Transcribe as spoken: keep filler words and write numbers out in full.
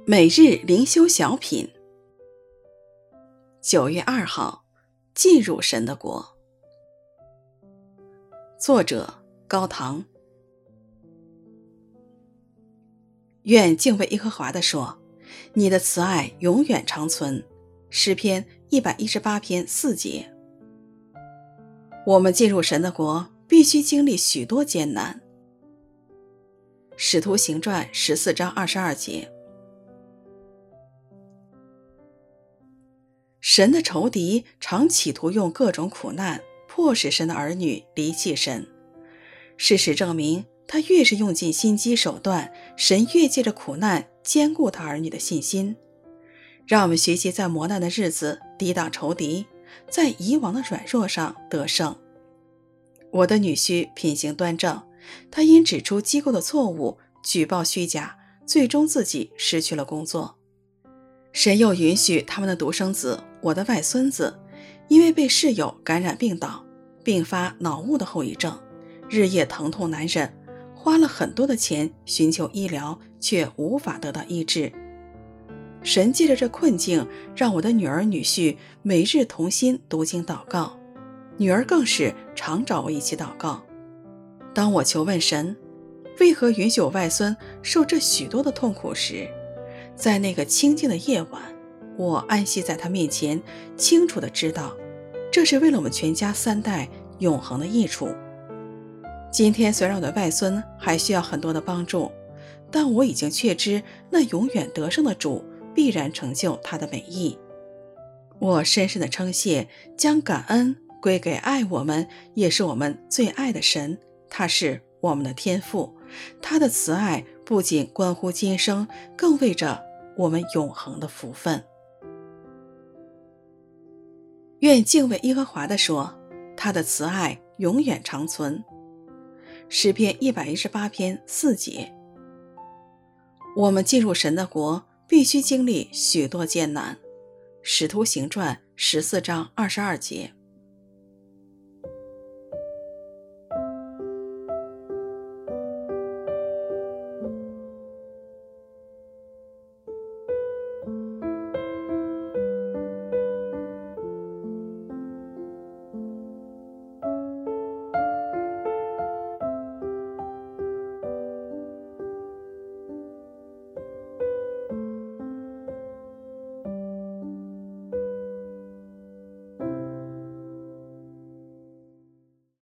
每日灵修小品，九月二号，进入神的国。作者高唐。愿敬畏耶和华的说，你的慈爱永远长存。诗篇一百一十八篇四节。我们进入神的国，必须经历许多艰难。使徒行传十四章二十二节。神的仇敌常企图用各种苦难迫使神的儿女离弃神。事实证明，他越是用尽心机手段，神越借着苦难坚固他儿女的信心。让我们学习在磨难的日子抵挡仇敌，在以往的软弱上得胜。我的女婿品行端正，他因指出机构的错误，举报虚假，最终自己失去了工作。神又允许他们的独生子，我的外孙子，因为被室友感染病倒，并发脑雾的后遗症，日夜疼痛难忍，花了很多的钱寻求医疗，却无法得到医治。神借着这困境，让我的女儿女婿每日同心读经祷告，女儿更是常找我一起祷告。当我求问神，为何允许我外孙受这许多的痛苦时，在那个清静的夜晚，我安息在他面前，清楚地知道，这是为了我们全家三代永恒的益处。今天虽然我的外孙还需要很多的帮助，但我已经确知那永远得胜的主必然成就他的美意。我深深地称谢，将感恩归给爱我们也是我们最爱的神，他是我们的天父，他的慈爱不仅关乎今生，更为着我们永恒的福分。愿敬畏耶和华的说，他的慈爱永远长存。诗篇一百一十八篇四节。我们进入神的国，必须经历许多艰难。使徒行传十四章二十二节。